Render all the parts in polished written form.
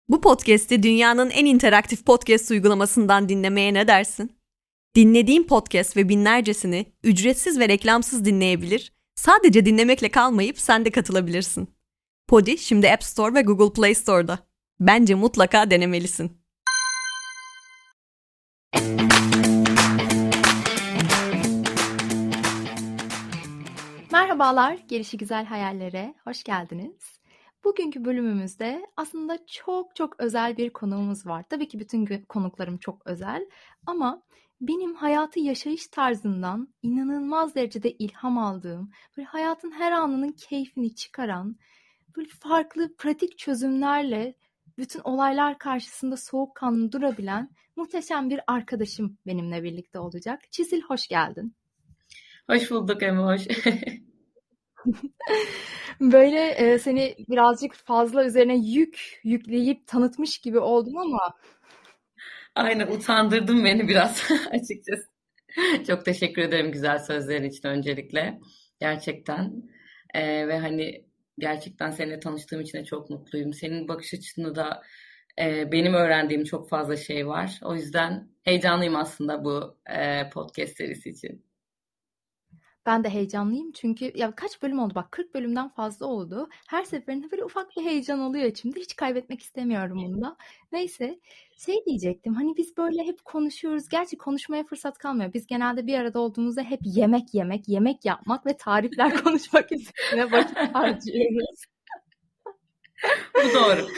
Bu podcast'i dünyanın en interaktif podcast uygulamasından dinlemeye ne dersin? Dinlediğin podcast ve binlercesini ücretsiz ve reklamsız dinleyebilir, sadece dinlemekle kalmayıp sen de katılabilirsin. Podi şimdi App Store ve Google Play Store'da. Bence mutlaka denemelisin. Merhabalar, Gelişigüzel Hayallere hoş geldiniz. Bugünkü bölümümüzde aslında çok özel bir konuğumuz var. Tabii ki bütün konuklarım çok özel ama benim hayatı yaşayış tarzından inanılmaz derecede ilham aldığım, böyle hayatın her anının keyfini çıkaran, böyle farklı pratik çözümlerle bütün olaylar karşısında soğukkanlı durabilen muhteşem bir arkadaşım benimle birlikte olacak. Çisil, hoş geldin. Hoş bulduk Emoş. Böyle seni birazcık fazla üzerine yükleyip tanıtmış gibi oldum ama Aynen, utandırdın beni biraz açıkçası. Çok teşekkür ederim güzel sözlerin için öncelikle. Gerçekten. Ve hani gerçekten seninle tanıştığım için de çok mutluyum. Senin bakış açını da benim öğrendiğim çok fazla şey var. O yüzden heyecanlıyım aslında bu podcast serisi için. ben de heyecanlıyım çünkü ya kaç bölüm oldu, bak 40 bölümden fazla oldu. Her seferinde böyle ufak bir heyecan oluyor içimde. Hiç kaybetmek istemiyorum bunu da. Neyse, şey diyecektim, hani biz böyle hep konuşuyoruz. Gerçi konuşmaya fırsat kalmıyor. Biz genelde bir arada olduğumuzda hep yemek yapmak ve tarifler konuşmak üzerine vakit harcıyoruz. Bu doğru.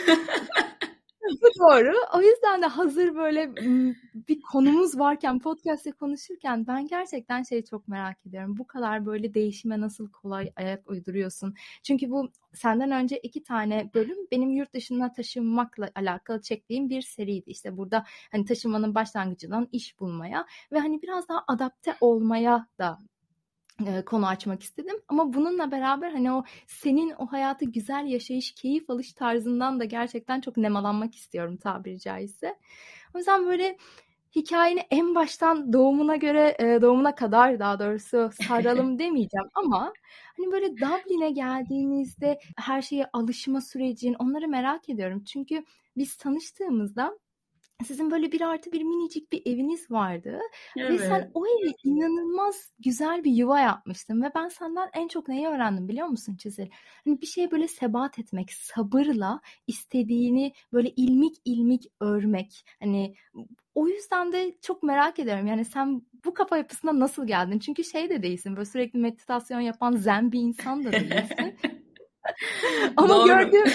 Bu doğru. O yüzden de hazır böyle bir konumuz varken, podcast'te konuşurken ben gerçekten şeyi çok merak ediyorum. Bu kadar böyle değişime nasıl kolay ayak uyduruyorsun? Çünkü bu senden önce 2 tane bölüm benim yurt dışına taşınmakla alakalı çektiğim bir seriydi. İşte burada hani taşınmanın başlangıcından iş bulmaya ve hani biraz daha adapte olmaya da konu açmak istedim. Ama bununla beraber hani o senin o hayatı güzel yaşayış, keyif alış tarzından da gerçekten çok nemalanmak istiyorum tabiri caizse. O yüzden böyle hikayenin en baştan doğumuna kadar daha doğrusu saralım demeyeceğim ama hani böyle Dublin'e geldiğinizde her şeye alışma sürecin, onları merak ediyorum. Çünkü biz tanıştığımızda sizin böyle 1+1 minicik bir eviniz vardı ve sen Evet. o evi inanılmaz güzel bir yuva yapmıştın ve ben senden en çok neyi öğrendim biliyor musun Çizil? Hani bir şeye böyle sebat etmek, sabırla istediğini böyle ilmik ilmik örmek. Hani o yüzden de çok merak ediyorum. Yani sen bu kafa yapısına nasıl geldin? Çünkü şey de değilsin, böyle sürekli meditasyon yapan zen bir insan da değilsin. Ama Doğru. gördüğüm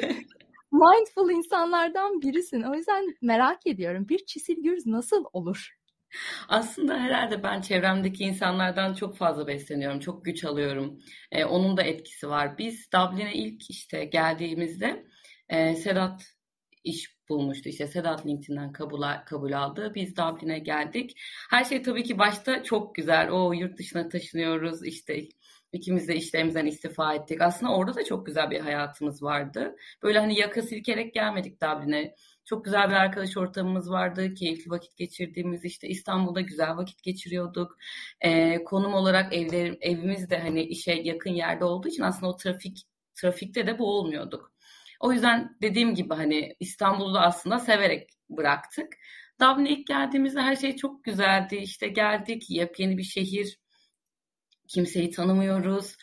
mindful insanlardan birisin. O yüzden merak ediyorum. Bir Çisil Gürz nasıl olur? Aslında herhalde ben çevremdeki insanlardan çok fazla besleniyorum, çok güç alıyorum. Onun da etkisi var. Biz Dublin'e ilk işte geldiğimizde Sedat iş bulmuştu. İşte Sedat LinkedIn'den kabul aldı. Biz Dublin'e geldik. Her şey tabii ki başta çok güzel. O yurt dışına taşınıyoruz. İşte ikimiz de işlerimizden istifa ettik. Aslında orada da çok güzel bir hayatımız vardı. Böyle hani yaka silkerek gelmedik Dublin'e. Çok güzel bir arkadaş ortamımız vardı. Keyifli vakit geçirdiğimiz işte İstanbul'da güzel vakit geçiriyorduk. Konum olarak evimiz de hani işe yakın yerde olduğu için aslında o trafikte de bu olmuyorduk. O yüzden dediğim gibi hani İstanbul'u da aslında severek bıraktık. Dublin'e ilk geldiğimizde her şey çok güzeldi. İşte geldik, yepyeni bir şehir, kimseyi tanımıyoruz.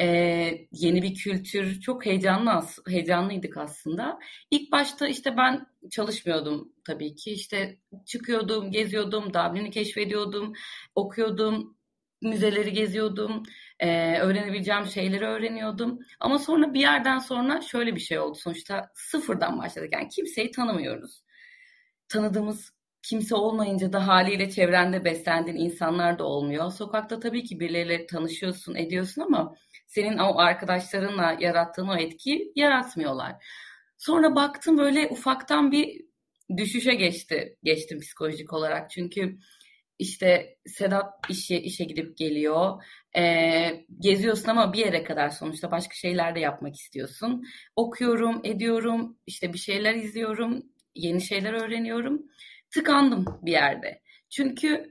Yeni bir kültür. Çok heyecanlıydık aslında. İlk başta işte ben çalışmıyordum tabii ki. İşte çıkıyordum, geziyordum, Dublin'i keşfediyordum, okuyordum, müzeleri geziyordum, öğrenebileceğim şeyleri öğreniyordum. Ama sonra bir yerden sonra şöyle bir şey oldu. Sonuçta sıfırdan başladık. Yani kimseyi tanımıyoruz. Tanıdığımız kimse olmayınca da haliyle çevrende beslendiğin insanlar da olmuyor. Sokakta tabii ki birileriyle tanışıyorsun, ediyorsun ama senin o arkadaşlarınla yarattığın o etkiyi yaratmıyorlar. Sonra baktım böyle ufaktan bir düşüşe geçtim psikolojik olarak. Çünkü işte Sedat işe gidip geliyor. Geziyorsun ama bir yere kadar sonuçta başka şeyler de yapmak istiyorsun. Okuyorum, ediyorum, işte bir şeyler izliyorum, yeni şeyler öğreniyorum. Tıkandım bir yerde. Çünkü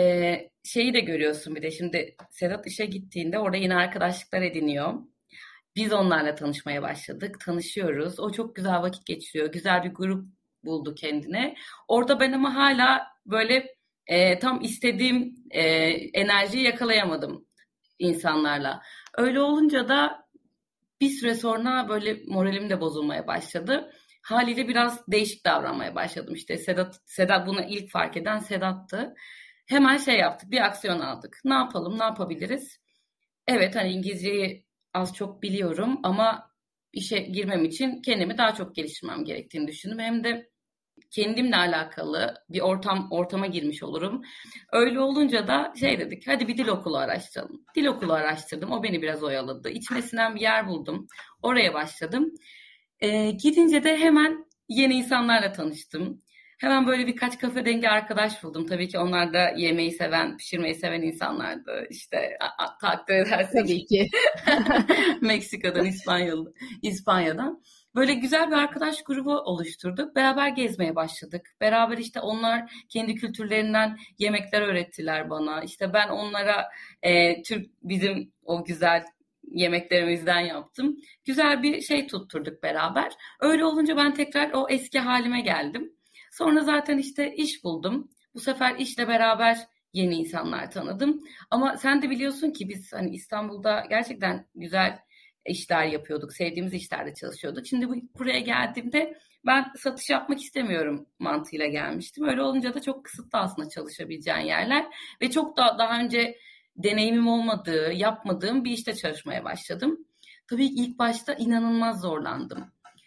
şeyi de görüyorsun bir de şimdi Sedat işe gittiğinde orada yeni arkadaşlıklar ediniyor. Biz onlarla tanışmaya başladık. Tanışıyoruz. O çok güzel vakit geçiriyor. Güzel bir grup buldu kendine. Orada ben ama hala böyle tam istediğim enerjiyi yakalayamadım insanlarla. Öyle olunca da bir süre sonra böyle moralim de bozulmaya başladı. Haliyle biraz değişik davranmaya başladım. İşte Sedat bunu ilk fark eden Sedat'tı. Hemen şey yaptık, bir aksiyon aldık. Ne yapalım, ne yapabiliriz? Evet, hani İngilizceyi az çok biliyorum ama işe girmem için kendimi daha çok geliştirmem gerektiğini düşündüm. Hem de kendimle alakalı bir ortama girmiş olurum. Öyle olunca da şey dedik, hadi bir dil okulu araştıralım. Dil okulu araştırdım, o beni biraz oyaladı. İçime sinen bir yer buldum, oraya başladım. Gidince de hemen yeni insanlarla tanıştım. Hemen böyle birkaç kafe dengi arkadaş buldum. Tabii ki onlar da yemeği seven, pişirmeyi seven insanlardı. İşte takdir edersek. Tabii ki. Meksika'dan, İspanya'dan. Böyle güzel bir arkadaş grubu oluşturduk. Beraber gezmeye başladık. Beraber işte onlar kendi kültürlerinden yemekler öğrettiler bana. İşte ben onlara bizim o güzel yemeklerimizden yaptım. Güzel bir şey tutturduk beraber. Öyle olunca ben tekrar o eski halime geldim. Sonra zaten işte iş buldum. Bu sefer işle beraber yeni insanlar tanıdım. Ama sen de biliyorsun ki biz hani İstanbul'da gerçekten güzel işler yapıyorduk. Sevdiğimiz işlerde çalışıyorduk. Şimdi buraya geldiğimde ben satış yapmak istemiyorum mantığıyla gelmiştim. Öyle olunca da çok kısıtlı aslında çalışabileceğin yerler ve çok daha önce deneyimim olmadığı, yapmadığım bir işte çalışmaya başladım. Tabii ki ilk başta inanılmaz zorlandım.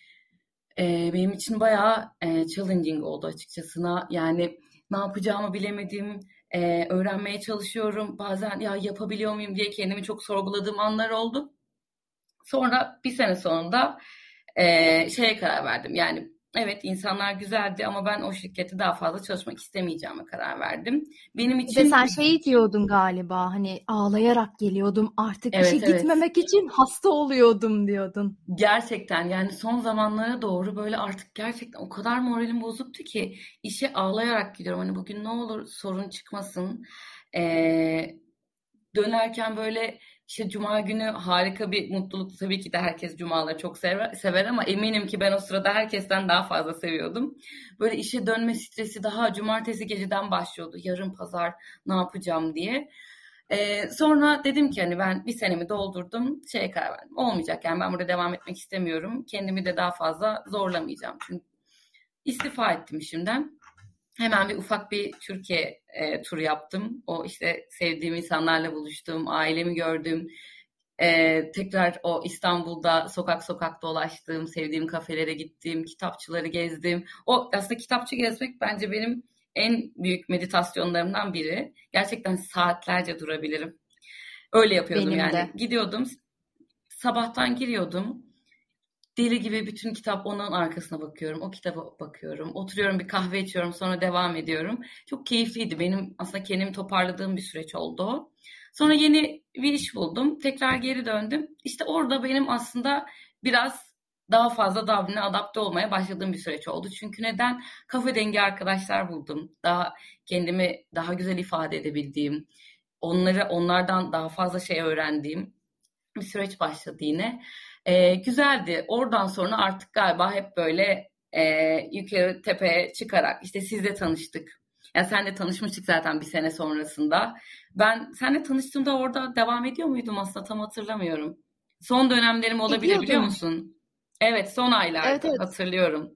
Benim için bayağı challenging oldu açıkçası. Yani ne yapacağımı bilemedim. Öğrenmeye çalışıyorum. Bazen ya yapabiliyor muyum diye kendimi çok sorguladığım anlar oldu. Sonra bir sene sonunda şeye karar verdim. Yani evet, insanlar güzeldi ama ben o şirkette daha fazla çalışmak istemeyeceğime karar verdim. Benim Bir de için sen şey diyordun galiba, hani ağlayarak geliyordum artık işe evet. gitmemek için hasta oluyordum diyordun. Gerçekten yani son zamanlara doğru böyle artık gerçekten o kadar moralim bozuktu ki işe ağlayarak gidiyorum. Hani bugün ne olur sorun çıkmasın. Dönerken böyle işte cuma günü harika bir mutluluk. Tabii ki de herkes cumaları çok sever ama eminim ki ben o sırada herkesten daha fazla seviyordum. Böyle işe dönme stresi daha cumartesi geceden başlıyordu. Yarın pazar ne yapacağım diye. Sonra dedim ki hani ben bir senemi doldurdum. Şeye karar verdim. Olmayacak yani, ben burada devam etmek istemiyorum. Kendimi de daha fazla zorlamayacağım. Çünkü istifa ettim işimden. Hemen ufak bir Türkiye turu yaptım. O işte sevdiğim insanlarla buluştum, ailemi gördüm. Tekrar o İstanbul'da sokak sokak dolaştım, sevdiğim kafelere gittim, kitapçıları gezdim. O aslında kitapçı gezmek bence benim en büyük meditasyonlarımdan biri. Gerçekten saatlerce durabilirim. Öyle yapıyordum Benim yani. de. Gidiyordum, sabahtan giriyordum. Deli gibi bütün kitap onun arkasına bakıyorum. O kitaba bakıyorum. Oturuyorum, bir kahve içiyorum, sonra devam ediyorum. Çok keyifliydi. Benim aslında kendimi toparladığım bir süreç oldu o. Sonra yeni bir iş buldum. Tekrar geri döndüm. İşte orada benim aslında biraz daha fazla Dublin'e adapte olmaya başladığım bir süreç oldu. Çünkü neden? Kafa dengi arkadaşlar buldum. Kendimi daha güzel ifade edebildiğim, onlardan daha fazla şey öğrendiğim bir süreç başladı yine. Güzeldi. Oradan sonra artık galiba hep böyle yukarı tepeye çıkarak işte sizle tanıştık. Ya senle tanışmıştık zaten bir sene sonrasında. Ben seninle tanıştığımda orada devam ediyor muydum aslında, tam hatırlamıyorum. Son dönemlerim olabilir, biliyor Ediyordum. musun? Evet, son aylardı, Evet. hatırlıyorum.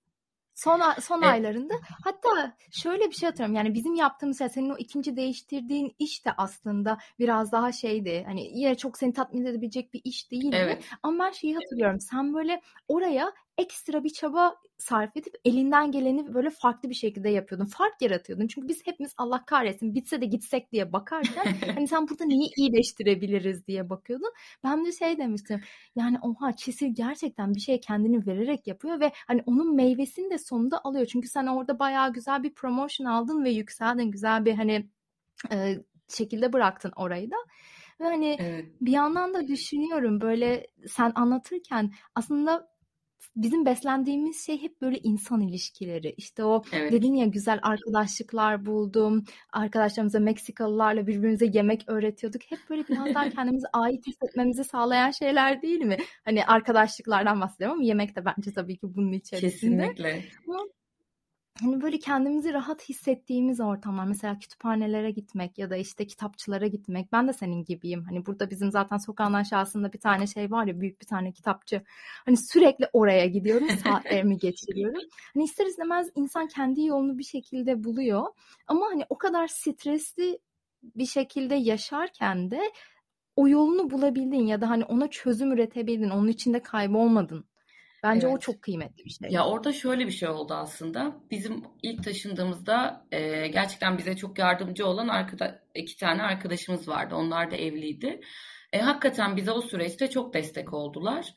Son E, aylarında. Hatta şöyle bir şey hatırlıyorum. Yani bizim yaptığımız şey, senin o ikinci değiştirdiğin iş de aslında biraz daha şeydi. Hani yine çok seni tatmin edebilecek bir iş değildi. evet. Ama ben şeyi hatırlıyorum. Sen böyle oraya ekstra bir çaba sarf edip elinden geleni böyle farklı bir şekilde yapıyordun. Fark yaratıyordun. Çünkü biz hepimiz Allah kahretsin bitse de gitsek diye bakarken hani sen burada neyi iyileştirebiliriz diye bakıyordun. Ben de şey demiştim. Yani oha, Çisil gerçekten bir şey kendini vererek yapıyor ve hani onun meyvesini de sonunda alıyor. Çünkü sen orada bayağı güzel bir promotion aldın ve yükseldin. Güzel bir hani şekilde bıraktın orayı da. Ve hani Evet. bir yandan da düşünüyorum böyle sen anlatırken aslında bizim beslendiğimiz şey hep böyle insan ilişkileri. İşte o Evet. dedin ya, güzel arkadaşlıklar buldum. Arkadaşlarımıza, Meksikalılarla birbirimize yemek öğretiyorduk. Hep böyle biraz daha kendimize ait hissetmemizi sağlayan şeyler değil mi? Hani arkadaşlıklardan bahsediyorum ama yemek de bence tabii ki bunun içerisinde. Kesinlikle. Ama hani böyle kendimizi rahat hissettiğimiz ortamlar, mesela kütüphanelere gitmek ya da işte kitapçılara gitmek. Ben de senin gibiyim. Hani burada bizim zaten sokağın aşağısında bir tane şey var ya, büyük bir tane kitapçı. Hani sürekli oraya gidiyorum, saatlerimi geçiriyorum. Hani ister istemez insan kendi yolunu bir şekilde buluyor. Ama hani o kadar stresli bir şekilde yaşarken de o yolunu bulabildin ya da hani ona çözüm üretebildin, onun içinde kaybolmadın. Bence o Evet. çok kıymetli bir şey. Ya orada şöyle bir şey oldu aslında. Bizim ilk taşındığımızda gerçekten bize çok yardımcı olan iki tane arkadaşımız vardı. Onlar da evliydi. Hakikaten bize o süreçte çok destek oldular.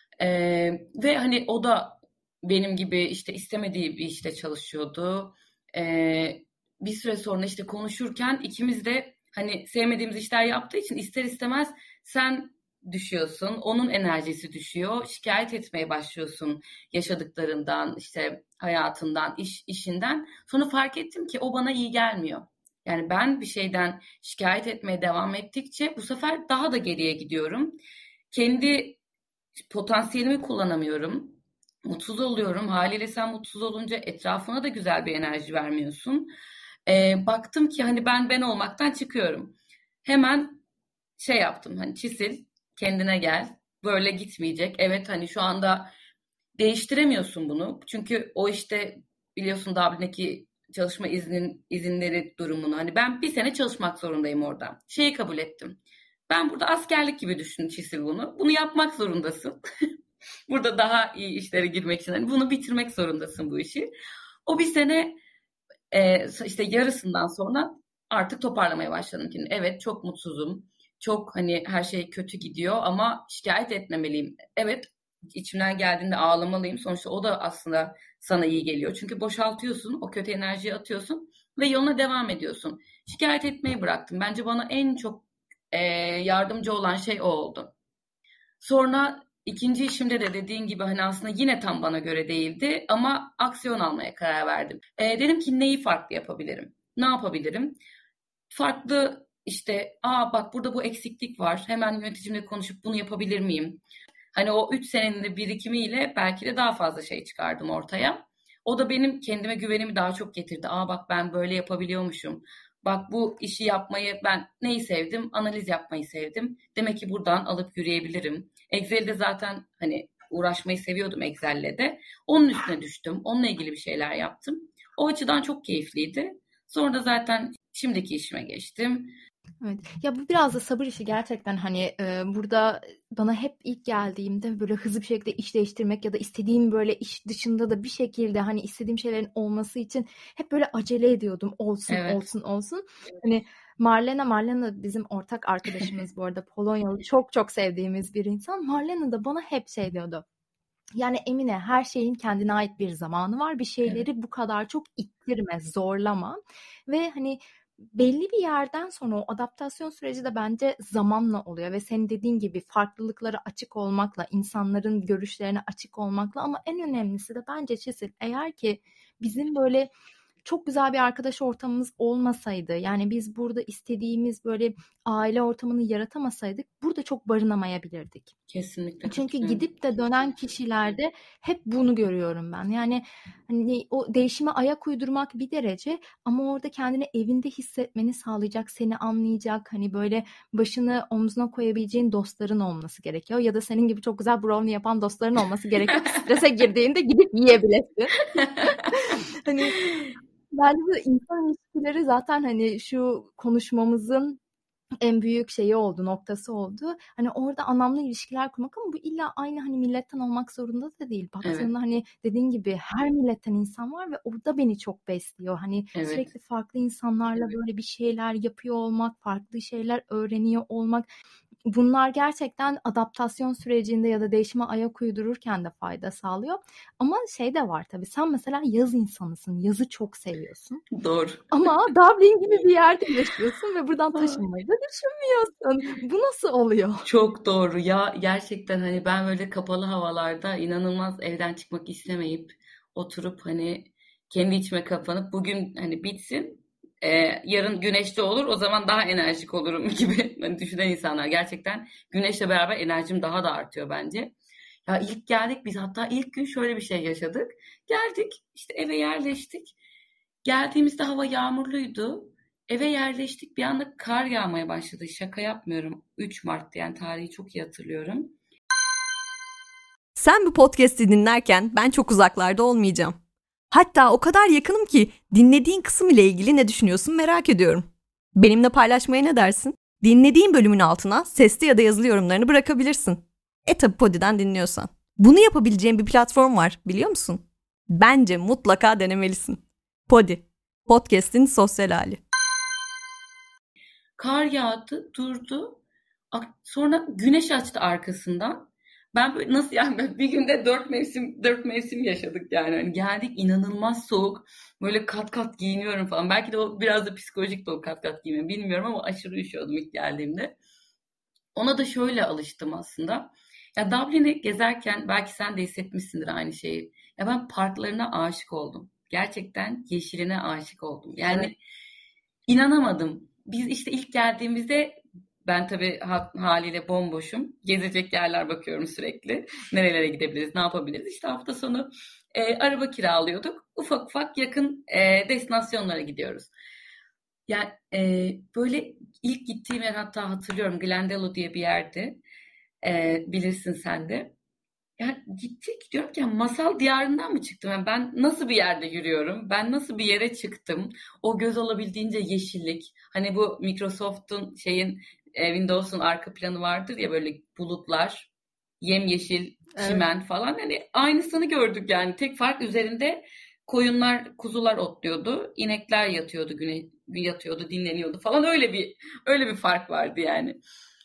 Ve hani o da benim gibi işte istemediği bir işte çalışıyordu. Bir süre sonra işte konuşurken ikimiz de hani sevmediğimiz işler yaptığı için ister istemez sen düşüyorsun, onun enerjisi düşüyor, şikayet etmeye başlıyorsun yaşadıklarından, işte hayatından, işinden. Sonra fark ettim ki o bana iyi gelmiyor. Yani ben bir şeyden şikayet etmeye devam ettikçe bu sefer daha da geriye gidiyorum. Kendi potansiyelimi kullanamıyorum. Mutsuz oluyorum. Haliyle sen mutsuz olunca etrafına da güzel bir enerji vermiyorsun. Baktım ki hani ben olmaktan çıkıyorum. Hemen şey yaptım, hani Çisil, kendine gel. Böyle gitmeyecek. Evet, hani şu anda değiştiremiyorsun bunu. Çünkü o işte biliyorsun Dublin'deki çalışma izinleri durumunu. Hani ben bir sene çalışmak zorundayım orada. Şeyi kabul ettim. Ben burada askerlik gibi düşün Çisil bunu. Bunu yapmak zorundasın. Burada daha iyi işlere girmek için. Hani bunu bitirmek zorundasın bu işi. O bir sene işte yarısından sonra artık toparlamaya başladım kendimi. Evet, çok mutsuzum. Çok hani her şey kötü gidiyor ama şikayet etmemeliyim. Evet, içimden geldiğinde ağlamalıyım. Sonuçta o da aslında sana iyi geliyor. Çünkü boşaltıyorsun, o kötü enerjiyi atıyorsun ve yoluna devam ediyorsun. Şikayet etmeyi bıraktım. Bence bana en çok yardımcı olan şey o oldu. Sonra ikinci işimde de dediğin gibi hani aslında yine tam bana göre değildi ama aksiyon almaya karar verdim. Dedim ki neyi farklı yapabilirim? Ne yapabilirim? Farklı işte, bak burada bu eksiklik var. Hemen yöneticimle konuşup bunu yapabilir miyim? Hani o 3 senenin de birikimiyle belki de daha fazla şey çıkardım ortaya. O da benim kendime güvenimi daha çok getirdi. Bak ben böyle yapabiliyormuşum. Bak bu işi yapmayı ben neyi sevdim? Analiz yapmayı sevdim. Demek ki buradan alıp yürüyebilirim. Excel'de zaten hani uğraşmayı seviyordum Excel'le de. Onun üstüne düştüm. Onunla ilgili bir şeyler yaptım. O açıdan çok keyifliydi. Sonra da zaten şimdiki işime geçtim. Evet. Ya bu biraz da sabır işi gerçekten, hani burada bana hep ilk geldiğimde böyle hızlı bir şekilde iş değiştirmek ya da istediğim böyle iş dışında da bir şekilde hani istediğim şeylerin olması için hep böyle acele ediyordum. Olsun, Evet. olsun, olsun. Hani Marlena bizim ortak arkadaşımız bu arada, Polonyalı, çok çok sevdiğimiz bir insan. Marlena da bana hep şey diyordu. Yani Emine, her şeyin kendine ait bir zamanı var. Bir şeyleri bu kadar çok ittirme, zorlama. Ve hani belli bir yerden sonra o adaptasyon süreci de bence zamanla oluyor ve senin dediğin gibi farklılıklara açık olmakla, insanların görüşlerine açık olmakla, ama en önemlisi de bence Çisil, eğer ki bizim böyle çok güzel bir arkadaş ortamımız olmasaydı, yani biz burada istediğimiz böyle aile ortamını yaratamasaydık, burada çok barınamayabilirdik. Kesinlikle Çünkü katılıyorum. gidip de dönen kişilerde hep bunu görüyorum ben. Yani hani o değişime ayak uydurmak bir derece, ama orada kendini evinde hissetmeni sağlayacak, seni anlayacak, hani böyle başını omzuna koyabileceğin dostların olması gerekiyor. Ya da senin gibi çok güzel brownie yapan dostların olması gerekiyor ki strese girdiğinde gidip yiyebilesin. Hani bence de insan ilişkileri zaten hani şu konuşmamızın en büyük şeyi oldu, noktası oldu. Hani orada anlamlı ilişkiler kurmak, ama bu illa aynı hani milletten olmak zorunda da değil. Evet. Baktığında hani dediğin gibi her milletten insan var ve o da beni çok besliyor. Hani Evet. sürekli farklı insanlarla böyle bir şeyler yapıyor olmak, farklı şeyler öğreniyor olmak. bunlar gerçekten adaptasyon sürecinde ya da değişime ayak uydururken de fayda sağlıyor. Ama şey de var tabii, sen mesela yaz insanısın, yazı çok seviyorsun. Doğru. Ama Dublin gibi bir yerde yaşıyorsun ve buradan taşınmayı da düşünmüyorsun. Bu nasıl oluyor? Çok doğru ya, gerçekten hani ben böyle kapalı havalarda inanılmaz evden çıkmak istemeyip oturup hani kendi içime kapanıp bugün hani bitsin, yarın güneşte olur, o zaman daha enerjik olurum gibi hani düşünen insanlar. Gerçekten güneşle beraber enerjim daha da artıyor bence. Ya ilk geldik biz, hatta ilk gün şöyle bir şey yaşadık. Geldik işte, eve yerleştik. Geldiğimizde hava yağmurluydu. Eve yerleştik, bir anda kar yağmaya başladı. Şaka yapmıyorum. 3 Mart, yani tarihi çok iyi hatırlıyorum. Sen bu podcast'i dinlerken ben çok uzaklarda olmayacağım. Hatta o kadar yakınım ki dinlediğin kısım ile ilgili ne düşünüyorsun merak ediyorum. Benimle paylaşmaya ne dersin? Dinlediğin bölümün altına sesli ya da yazılı yorumlarını bırakabilirsin. Tabii Podi'den dinliyorsan. Bunu yapabileceğin bir platform var, biliyor musun? Bence mutlaka denemelisin. Podi, podcast'in sosyal hali. Kar yağdı, durdu. Sonra güneş açtı arkasından. Ben böyle nasıl yani, bir günde dört mevsim yaşadık yani. Hani geldik, inanılmaz soğuk. Böyle kat kat giyiniyorum falan. Belki de o biraz da psikolojik de, o kat kat giyme bilmiyorum ama aşırı üşüyordum ilk geldiğimde. Ona da şöyle alıştım aslında. Ya Dublin'i gezerken belki sen de hissetmişsindir aynı şeyi. Ya ben parklarına aşık oldum. Gerçekten yeşiline aşık oldum. Yani Evet. inanamadım. Biz işte ilk geldiğimizde, ben tabii haliyle bomboşum. Gezecek yerler bakıyorum sürekli. Nerelere gidebiliriz, ne yapabiliriz? İşte hafta sonu araba kiralıyorduk. Ufak ufak yakın destinasyonlara gidiyoruz. Yani böyle ilk gittiğim yer, hatta hatırlıyorum, Glendalough diye bir yerdi. Bilirsin sen de. Yani gittik, diyorum ki masal diyarından mı çıktım? Yani ben nasıl bir yerde yürüyorum? Ben nasıl bir yere çıktım? O göz alabildiğince yeşillik. Hani bu Microsoft'un Windows'un arka planı vardır ya, böyle bulutlar, yemyeşil Evet. çimen falan. Hani aynısını gördük yani. Tek fark, üzerinde koyunlar, kuzular otluyordu. İnekler yatıyordu, dinleniyordu falan. Öyle bir fark vardı yani.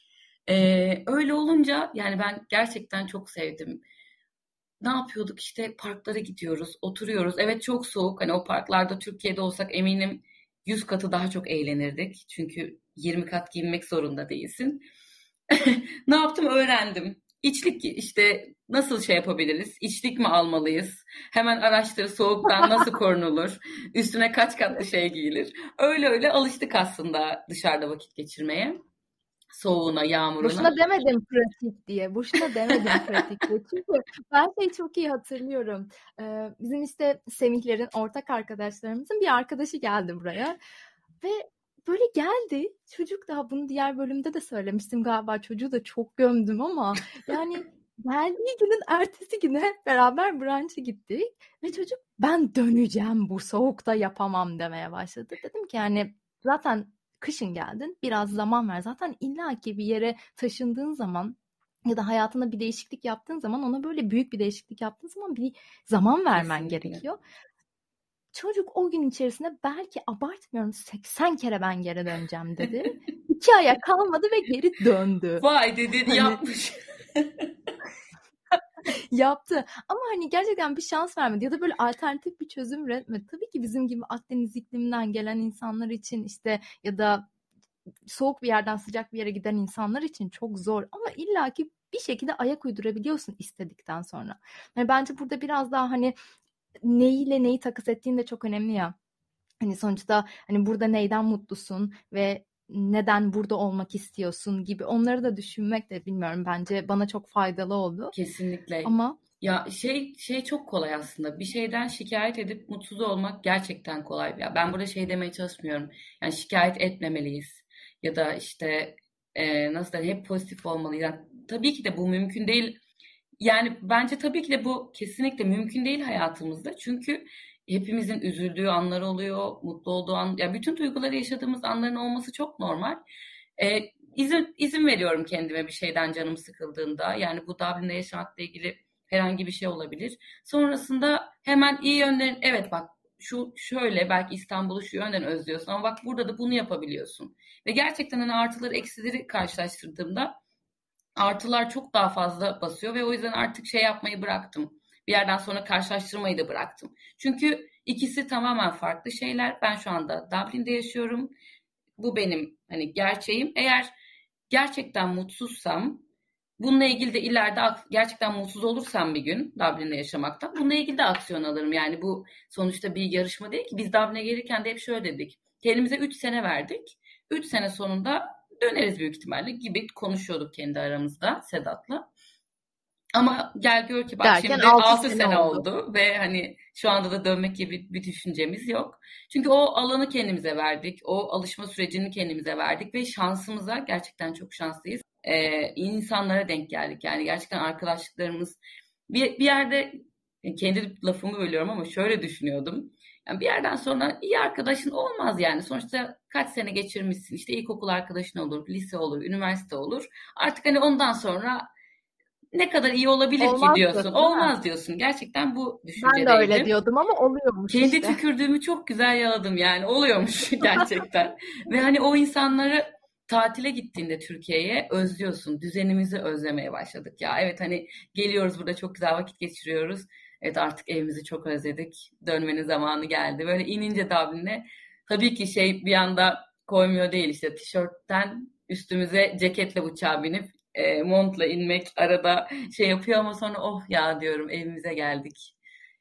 Öyle olunca yani ben gerçekten çok sevdim. Ne yapıyorduk? İşte parklara gidiyoruz, oturuyoruz. Evet, çok soğuk. Hani o parklarda Türkiye'de olsak eminim 100 katı daha çok eğlenirdik. Çünkü 20 kat giyinmek zorunda değilsin. Ne yaptım? Öğrendim. İçlik işte nasıl şey yapabiliriz? İçlik mi almalıyız? Hemen araştır, soğuktan nasıl korunulur? Üstüne kaç katlı şey giyilir? Öyle öyle alıştık aslında dışarıda vakit geçirmeye. Soğuğuna, yağmuruna. Boşuna demedim pratik diye. Boşuna demedim pratik diye. Çünkü ben çok iyi hatırlıyorum. Bizim işte Semihlerin ortak arkadaşlarımızın bir arkadaşı geldi buraya. Ve böyle geldi. Çocuk, daha bunu diğer bölümde de söylemiştim galiba. Çocuğu da çok gömdüm ama yani geldiği günün ertesi güne hep beraber brunch'a gittik. Ve çocuk, ben döneceğim, bu soğukta yapamam demeye başladı. Dedim ki yani zaten kışın geldin, biraz zaman ver. Zaten illaki bir yere taşındığın zaman ya da hayatında bir değişiklik yaptığın zaman, ona böyle büyük bir değişiklik yaptığın zaman bir zaman vermen Kesinlikle. gerekiyor. Çocuk o gün içerisinde, belki abartmıyorum, 80 kere ben geri döneceğim dedi. 2 aya kalmadı ve geri döndü. Vay dedi, Hani yapmış. yaptı. Ama hani gerçekten bir şans vermedi ya da böyle alternatif bir çözüm üretmedi. Tabii ki bizim gibi Akdeniz ikliminden gelen insanlar için işte, ya da soğuk bir yerden sıcak bir yere giden insanlar için çok zor, ama illaki bir şekilde ayak uydurabiliyorsun istedikten sonra. Yani bence burada biraz daha hani neyiyle neyi takas ettiğin de çok önemli ya. Hani sonuçta hani burada neyden mutlusun ve neden burada olmak istiyorsun gibi, onları da düşünmek de, bilmiyorum, bence bana çok faydalı oldu. Kesinlikle. Ama Ya çok kolay aslında. Bir şeyden şikayet edip mutsuz olmak gerçekten kolay. Ya ben burada demeye çalışmıyorum. Yani şikayet etmemeliyiz. Ya da işte nasıl diyeyim, hep pozitif olmalıyız. Yani tabii ki de bu mümkün değil. Yani bence tabii ki de bu kesinlikle mümkün değil hayatımızda. Çünkü hepimizin üzüldüğü anlar oluyor, mutlu olduğu an, ya bütün duyguları yaşadığımız anların olması çok normal. İzin veriyorum kendime bir şeyden canım sıkıldığında. Yani bu Dublin'de yaşamakla ilgili herhangi bir şey olabilir. Sonrasında hemen iyi yönlerin, evet bak şu şöyle, belki İstanbul'u şu yönden özlüyorsun ama bak burada da bunu yapabiliyorsun. Ve gerçekten hani artıları eksileri karşılaştırdığımda artılar çok daha fazla basıyor ve o yüzden artık şey yapmayı bıraktım. Bir yerden sonra karşılaştırmayı da bıraktım. Çünkü ikisi tamamen farklı şeyler. Ben şu anda Dublin'de yaşıyorum. Bu benim hani gerçeğim. Eğer gerçekten mutsuzsam, bununla ilgili de ileride gerçekten mutsuz olursam bir gün Dublin'de yaşamaktan, bununla ilgili de aksiyon alırım. Yani bu sonuçta bir yarışma değil ki. Biz Dublin'e gelirken de hep şöyle dedik. Kendimize 3 sene verdik. 3 sene sonunda döneriz büyük ihtimalle gibi konuşuyorduk kendi aramızda Sedat'la. Ama gel gör ki bak Derken şimdi 6 6 sene sene oldu. oldu ve hani şu anda da dönmek gibi bir düşüncemiz yok. Çünkü o alanı kendimize verdik. O alışma sürecini kendimize verdik ve şansımıza gerçekten çok şanslıyız. İnsanlara denk geldik. Yani gerçekten arkadaşlıklarımız bir yerde kendi lafımı bölüyorum ama şöyle düşünüyordum. Yani bir yerden sonra iyi arkadaşın olmaz yani. Sonuçta kaç sene geçirmişsin. İşte ilkokul arkadaşın olur, lise olur, üniversite olur. Artık hani ondan sonra ne kadar iyi olabilir ki Olmaz diyorsun. diyorsun, değil mi? Olmaz diyorsun. Gerçekten bu Ben de öyle düşüncedeydim. diyordum ama oluyormuş Kendi işte. tükürdüğümü çok güzel yaladım yani. Oluyormuş gerçekten. Ve hani o insanları tatile gittiğinde Türkiye'ye özlüyorsun. Düzenimizi özlemeye başladık ya. Evet hani geliyoruz burada çok güzel vakit geçiriyoruz. Evet artık evimizi çok özledik. Dönmenin zamanı geldi. Böyle inince Dublin'e tabii ki şey bir anda koymuyor değil işte tişörtten üstümüze ceketle uçağa binip montla inmek arada şey yapıyor ama sonra oh ya diyorum evimize geldik.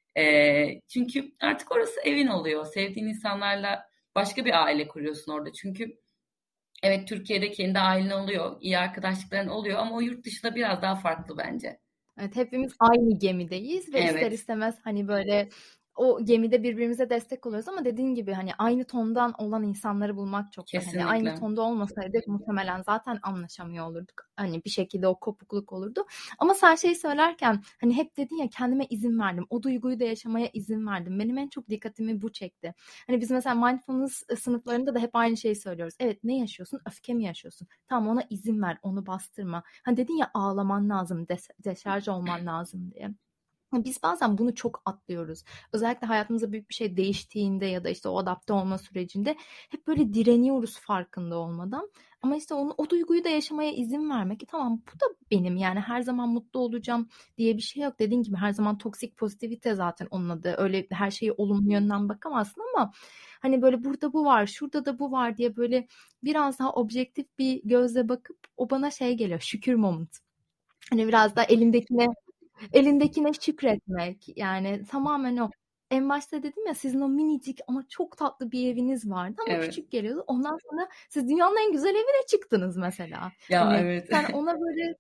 Çünkü artık orası evin oluyor. Sevdiğin insanlarla başka bir aile kuruyorsun orada. Çünkü evet Türkiye'de kendi ailen oluyor, iyi arkadaşlıkların oluyor ama o yurt dışında biraz daha farklı bence. Evet, hepimiz aynı gemideyiz ve ister Evet, istemez hani böyle o gemide birbirimize destek oluyoruz ama dediğin gibi hani aynı tondan olan insanları bulmak çok zor. Hani aynı kesinlikle. tonda olmasaydık muhtemelen zaten anlaşamıyor olurduk. Hani bir şekilde o kopukluk olurdu. Ama sen şey söylerken hani hep dedin ya kendime izin verdim. O duyguyu da yaşamaya izin verdim. Benim en çok dikkatimi bu çekti. Hani biz mesela mindfulness sınıflarında da hep aynı şeyi söylüyoruz. Evet ne yaşıyorsun? Öfke mi yaşıyorsun? Tamam ona izin ver, onu bastırma. Hani dedin ya ağlaman lazım, deşarj olman lazım diye. Biz bazen bunu çok atlıyoruz. Özellikle hayatımızda büyük bir şey değiştiğinde ya da işte o adapte olma sürecinde hep böyle direniyoruz farkında olmadan. Ama işte o duyguyu da yaşamaya izin vermek. Tamam bu da benim yani her zaman mutlu olacağım diye bir şey yok. Dediğin gibi her zaman toksik pozitivite zaten onun adı. Öyle her şeyi olumlu yönden bakamazsın ama hani böyle burada bu var, şurada da bu var diye böyle biraz daha objektif bir gözle bakıp o bana şey geliyor. Şükür moment. Hani biraz da elindekine şükretmek yani tamamen o. En başta dedim ya sizin o minicik ama çok tatlı bir eviniz vardı ama Evet. küçük geliyordu. Ondan sonra siz dünyanın en güzel evine çıktınız mesela. Ya Hani evet. sen ona böyle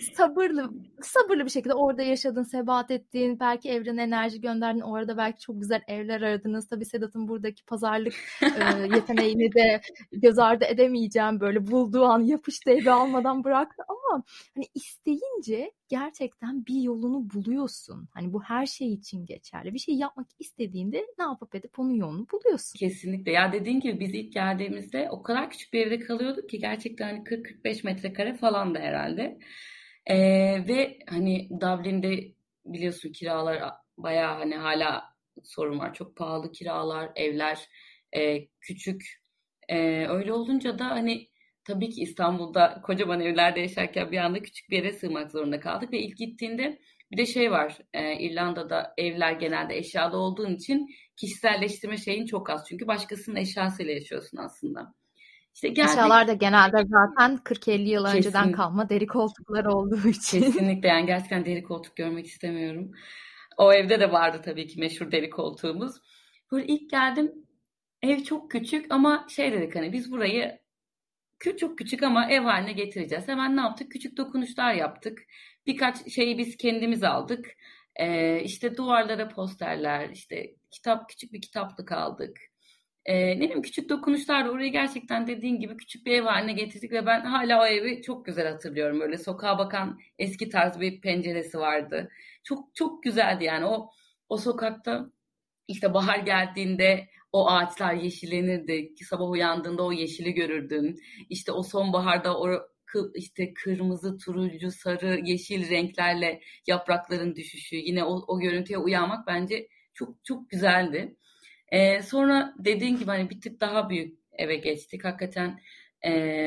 sabırlı bir şekilde orada yaşadın, sebat ettin, belki evrene enerji gönderdin. O arada belki çok güzel evler aradınız. Tabii Sedat'ın buradaki pazarlık yeteneğini de göz ardı edemeyeceğim. Böyle bulduğu an yapıştı evi almadan bıraktı ama hani isteyince gerçekten bir yolunu buluyorsun. Hani bu her şey için geçerli. Bir şey yapmak istediğinde ne yapıp edip onun yolunu buluyorsun. Kesinlikle. Ya dediğin gibi biz ilk geldiğimizde o kadar küçük bir evde kalıyorduk ki gerçekten hani 40-45 metrekare falan da herhalde. Ve hani Dublin'de biliyorsun kiralar bayağı hani hala sorun var. Çok pahalı kiralar, evler küçük. Öyle olunca da hani tabii ki İstanbul'da kocaman evlerde yaşarken bir anda küçük bir yere sığmak zorunda kaldık ve ilk gittiğinde bir de şey var. İrlanda'da evler genelde eşyalı olduğun için kişiselleştirme şeyin çok az. Çünkü başkasının eşyasıyla yaşıyorsun aslında. İşte geldik. Eşyalar da genelde zaten 40-50 yıl önceden Kesin, kalma deri koltuklar olduğu için. kesinlikle yani gerçekten deri koltuk görmek istemiyorum. O evde de vardı tabii ki meşhur deri koltuğumuz. Böyle ilk geldim ev çok küçük ama şey dedik hani biz burayı çok küçük ama ev haline getireceğiz. Hemen ne yaptık? Küçük dokunuşlar yaptık. Birkaç şeyi biz kendimiz aldık. İşte duvarlara posterler, işte küçük bir kitaplık aldık. Ne bileyim küçük dokunuşlarla orayı gerçekten dediğin gibi küçük bir ev haline getirdik ve ben hala o evi çok güzel hatırlıyorum. Böyle sokağa bakan eski tarz bir penceresi vardı. Çok çok güzeldi yani o sokakta işte bahar geldiğinde o ağaçlar yeşillenirdi. Sabah uyandığında o yeşili görürdün. İşte o sonbaharda o işte kırmızı, turuncu, sarı, yeşil renklerle yaprakların düşüşü. Yine o görüntüye uyanmak bence çok çok güzeldi. Sonra dediğin gibi hani bir tık daha büyük eve geçtik. Hakikaten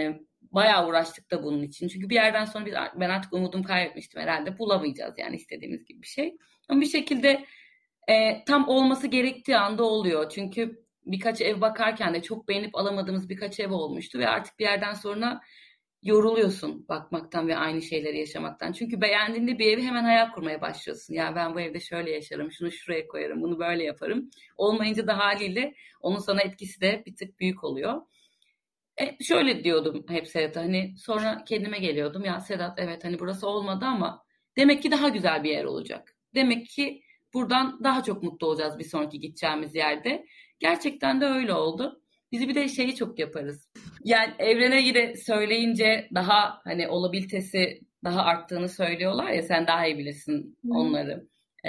bayağı uğraştık da bunun için. Çünkü bir yerden sonra ben artık umudumu kaybetmiştim herhalde. Bulamayacağız yani istediğimiz gibi bir şey. Ama bir şekilde tam olması gerektiği anda oluyor. Çünkü birkaç ev bakarken de çok beğenip alamadığımız birkaç ev olmuştu ve artık bir yerden sonra yoruluyorsun bakmaktan ve aynı şeyleri yaşamaktan. Çünkü beğendiğinde bir evi hemen hayal kurmaya başlıyorsun. Ya ben bu evde şöyle yaşarım, şunu şuraya koyarım, bunu böyle yaparım. Olmayınca da haliyle onun sana etkisi de bir tık büyük oluyor. Şöyle diyordum hep Sedat'a, hani sonra kendime geliyordum. Ya Sedat, evet hani burası olmadı ama demek ki daha güzel bir yer olacak. Demek ki buradan daha çok mutlu olacağız bir sonraki gideceğimiz yerde. Gerçekten de öyle oldu. Bizi bir de şeyi çok yaparız. Yani evrene yine söyleyince daha hani olabilitesi daha arttığını söylüyorlar ya, sen daha iyi bilirsin onları.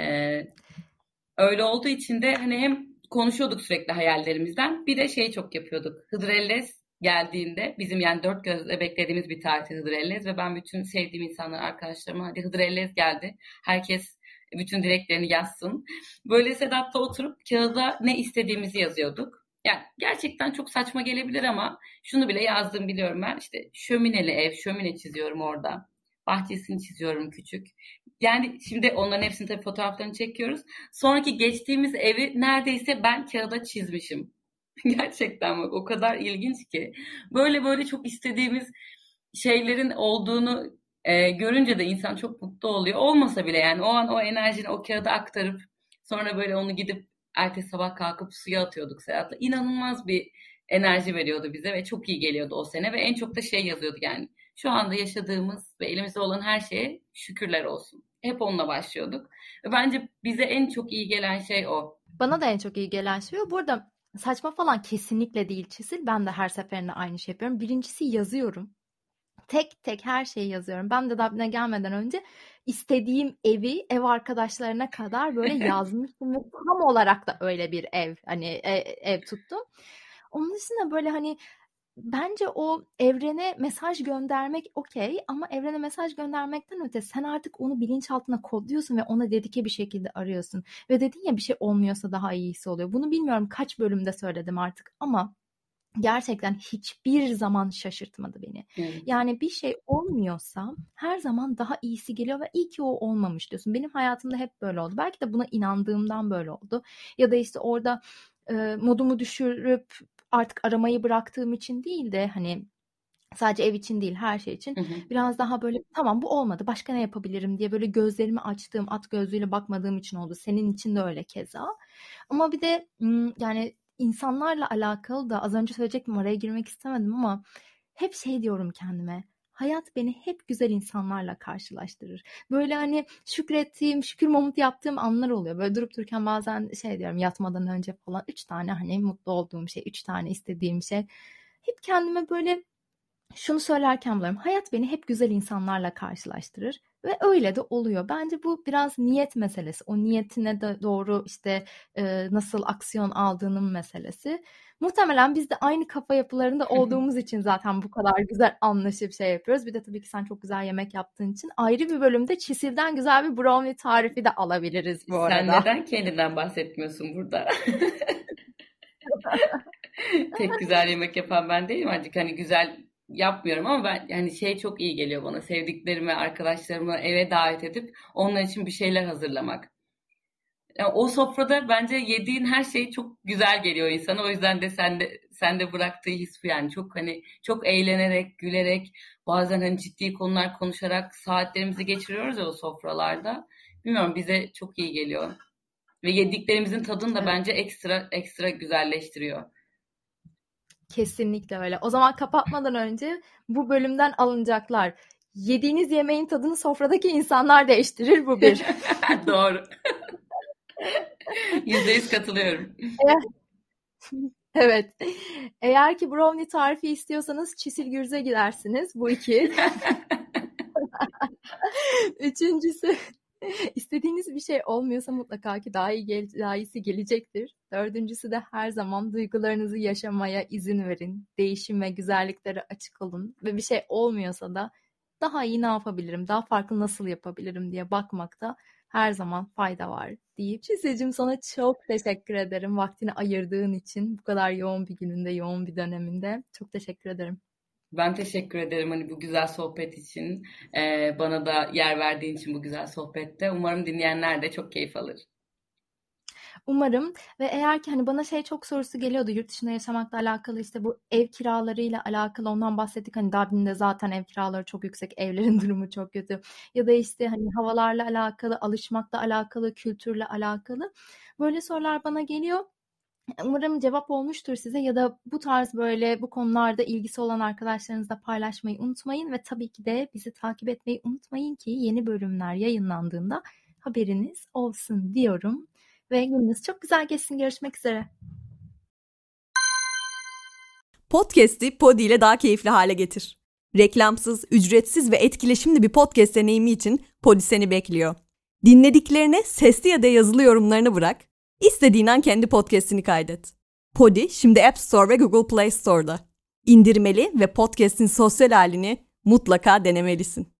Öyle olduğu için de hani hem konuşuyorduk sürekli hayallerimizden, bir de şeyi çok yapıyorduk. Hıdrellez geldiğinde bizim yani dört gözle beklediğimiz bir tarihti Hıdrellez ve ben bütün sevdiğim insanlar, arkadaşlarıma hadi Hıdrellez geldi, herkes bütün dileklerini yazsın. Böyle Sedat'ta oturup kağıda ne istediğimizi yazıyorduk. Yani gerçekten çok saçma gelebilir ama şunu bile yazdım biliyorum ben. İşte şömineli ev, şömine çiziyorum orada. Bahçesini çiziyorum küçük. Yani şimdi onların hepsini tabii fotoğraflarını çekiyoruz. Sonraki geçtiğimiz evi neredeyse ben kağıda çizmişim. Gerçekten bak, o kadar ilginç ki. Böyle böyle çok istediğimiz şeylerin olduğunu görünce de insan çok mutlu oluyor. Olmasa bile yani o an o enerjini o kağıda aktarıp sonra böyle onu gidip ertesi sabah kalkıp suya atıyorduk Serhat'la. İnanılmaz bir enerji veriyordu bize ve çok iyi geliyordu o sene ve en çok da şey yazıyordu yani. Şu anda yaşadığımız ve elimizde olan her şeye şükürler olsun. Hep onunla başlıyorduk. Ve bence bize en çok iyi gelen şey o. Bana da en çok iyi gelen şey o. Bu arada saçma falan kesinlikle değil Çisil. Ben de her seferinde aynı şey yapıyorum. Birincisi yazıyorum. Tek tek her şeyi yazıyorum. Ben de Dublin'e gelmeden önce istediğim evi ev arkadaşlarına kadar böyle yazmıştım ve tam olarak da öyle bir ev hani ev tuttum. Onun dışında böyle hani bence o evrene mesaj göndermek okey ama evrene mesaj göndermekten öte sen artık onu bilinçaltına kodluyorsun ve ona dedike bir şekilde arıyorsun. Ve dedin ya bir şey olmuyorsa daha iyisi oluyor. Bunu bilmiyorum kaç bölümde söyledim artık ama gerçekten hiçbir zaman şaşırtmadı beni. Evet. Yani bir şey olmuyorsa her zaman daha iyisi geliyor ve iyi ki o olmamış diyorsun. Benim hayatımda hep böyle oldu. Belki de buna inandığımdan böyle oldu. Ya da işte orada modumu düşürüp artık aramayı bıraktığım için değil de hani sadece ev için değil her şey için biraz daha böyle tamam bu olmadı başka ne yapabilirim diye böyle gözlerimi açtığım at gözlüğüyle bakmadığım için oldu. Senin için de öyle keza. Ama bir de yani insanlarla alakalı da az önce söyleyecektim araya girmek istemedim ama hep şey diyorum kendime. Hayat beni hep güzel insanlarla karşılaştırır. Böyle hani şükrettiğim, şükür mamutu yaptığım anlar oluyor. Böyle durup dururken bazen şey diyorum yatmadan önce falan 3 tane hani mutlu olduğum şey, 3 tane istediğim şey. Hep kendime böyle şunu söylerken buluyorum. Hayat beni hep güzel insanlarla karşılaştırır ve öyle de oluyor. Bence bu biraz niyet meselesi. O niyetine de doğru işte nasıl aksiyon aldığının meselesi. Muhtemelen biz de aynı kafa yapılarında olduğumuz için zaten bu kadar güzel anlaşıp şey yapıyoruz. Bir de tabii ki sen çok güzel yemek yaptığın için ayrı bir bölümde Çisil'den güzel bir brownie tarifi de alabiliriz bu arada. Sen neden kendinden bahsetmiyorsun burada? Tek güzel yemek yapan ben değilim. Artık hani güzel yapmıyorum ama ben yani şey çok iyi geliyor bana. Sevdiklerimi, arkadaşlarımı eve davet edip onlar için bir şeyler hazırlamak. Yani o sofrada bence yediğin her şey çok güzel geliyor insana. O yüzden de sende bıraktığı his bu yani. Çok hani çok eğlenerek, gülerek, bazen hani ciddi konular konuşarak saatlerimizi geçiriyoruz ya o sofralarda. Bilmiyorum, bize çok iyi geliyor. Ve yediklerimizin tadını da bence ekstra güzelleştiriyor. Kesinlikle öyle. O zaman kapatmadan önce bu bölümden alınacaklar. Yediğiniz yemeğin tadını sofradaki insanlar değiştirir, bu bir. Doğru. %100 katılıyorum. Evet. Eğer ki brownie tarifi istiyorsanız Çisil Gürz'e gidersiniz. Bu iki. Üçüncüsü istediğiniz bir şey olmuyorsa mutlaka ki daha iyisi gelecektir. Dördüncüsü de her zaman duygularınızı yaşamaya izin verin. Değişim ve güzelliklere açık olun. Ve bir şey olmuyorsa da daha iyi ne yapabilirim, daha farklı nasıl yapabilirim diye bakmakta her zaman fayda var deyip Çisil'cim sana çok teşekkür ederim vaktini ayırdığın için bu kadar yoğun bir gününde, yoğun bir döneminde. Çok teşekkür ederim. Ben teşekkür ederim hani bu güzel sohbet için. Bana da yer verdiğin için bu güzel sohbette. Umarım dinleyenler de çok keyif alır. Umarım. Ve eğer ki hani bana çok sorusu geliyordu yurt dışında yaşamakla alakalı, işte bu ev kiralarıyla alakalı, ondan bahsettik. Hani Dublin'de zaten ev kiraları çok yüksek, evlerin durumu çok kötü. Ya da işte hani havalarla alakalı, alışmakla alakalı, kültürle alakalı. Böyle sorular bana geliyor. Umarım cevap olmuştur size, ya da bu tarz böyle bu konularda ilgisi olan arkadaşlarınızla paylaşmayı unutmayın ve tabii ki de bizi takip etmeyi unutmayın ki yeni bölümler yayınlandığında haberiniz olsun diyorum. Ve gününüz çok güzel geçsin. Görüşmek üzere. Podcast'i Podi ile daha keyifli hale getir. Reklamsız, ücretsiz ve etkileşimli bir podcast deneyimi için Podi seni bekliyor. Dinlediklerine sesli ya da yazılı yorumlarını bırak. İstediğin an kendi podcast'ini kaydet. Podi şimdi App Store ve Google Play Store'da. İndirmeli ve podcast'in sosyal halini mutlaka denemelisin.